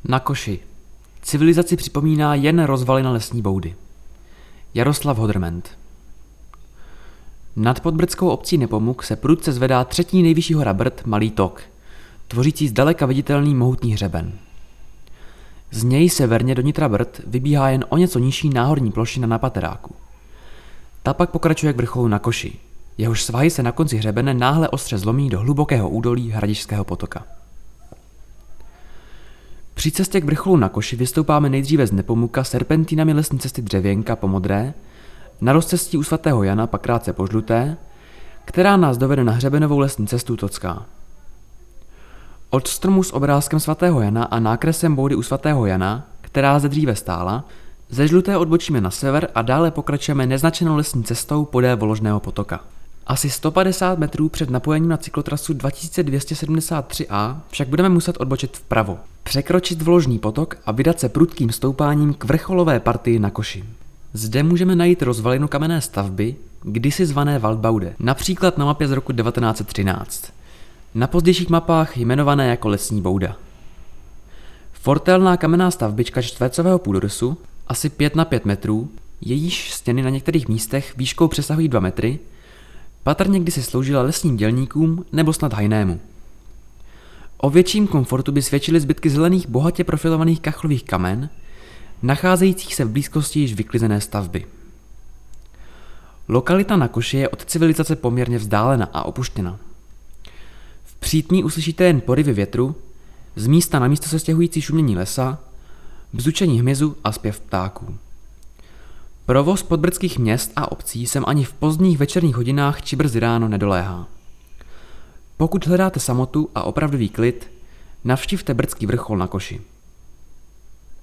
Na Koši. Civilizaci připomíná jen rozvalina lesní boudy. Jaroslav Hodrment. Nad podbrdskou obcí Nepomuk se prudce zvedá třetí nejvyšší hora Brd, Malý Tok, tvořící zdaleka viditelný mohutný hřeben. Z něj severně do nitra Brd vybíhá jen o něco nižší náhorní plošina na Pateráku. Ta pak pokračuje k vrcholu na Koši. Jehož svahy se na konci hřebene náhle ostře zlomí do hlubokého údolí Hradišského potoka. Při cestě k vrcholu na Koši vystoupáme nejdříve z Nepomuka serpentínami lesní cesty Dřevěnka po Modré, na rozcestí u svatého Jana pak krátce po Žluté, která nás dovede na hřebenovou lesní cestu Tocká. Od stromu s obrázkem svatého Jana a nákresem boudy u svatého Jana, která zde dříve stála, ze Žluté odbočíme na sever a dále pokračujeme neznačenou lesní cestou podél Voložného potoka. Asi 150 metrů před napojením na cyklotrasu 2273A však budeme muset odbočit vpravo, překročit Voložný potok a vydat se prudkým stoupáním k vrcholové partii na Koši. Zde můžeme najít rozvalinu kamenné stavby, kdysi zvané Waldbaude, například na mapě z roku 1913. Na pozdějších mapách jmenované jako Lesní bouda. Fortelná kamenná stavbička čtvercového půdorysu, asi 5 na 5 metrů, jejíž stěny na některých místech výškou přesahují 2 metry, patrně kdysi sloužila lesním dělníkům nebo snad hajnému. O větším komfortu by svědčily zbytky zelených bohatě profilovaných kachlových kamen, nacházejících se v blízkosti již vyklizené stavby. Lokalita na Koši je od civilizace poměrně vzdálena a opuštěna. V přítmí uslyšíte jen poryvy větru, z místa na místo se stěhující šumění lesa, bzučení hmyzu a zpěv ptáků. Provoz podbrdských měst a obcí sem ani v pozdních večerních hodinách či brzy ráno nedoléhá. Pokud hledáte samotu a opravdový klid, navštivte brdský vrchol na Koši.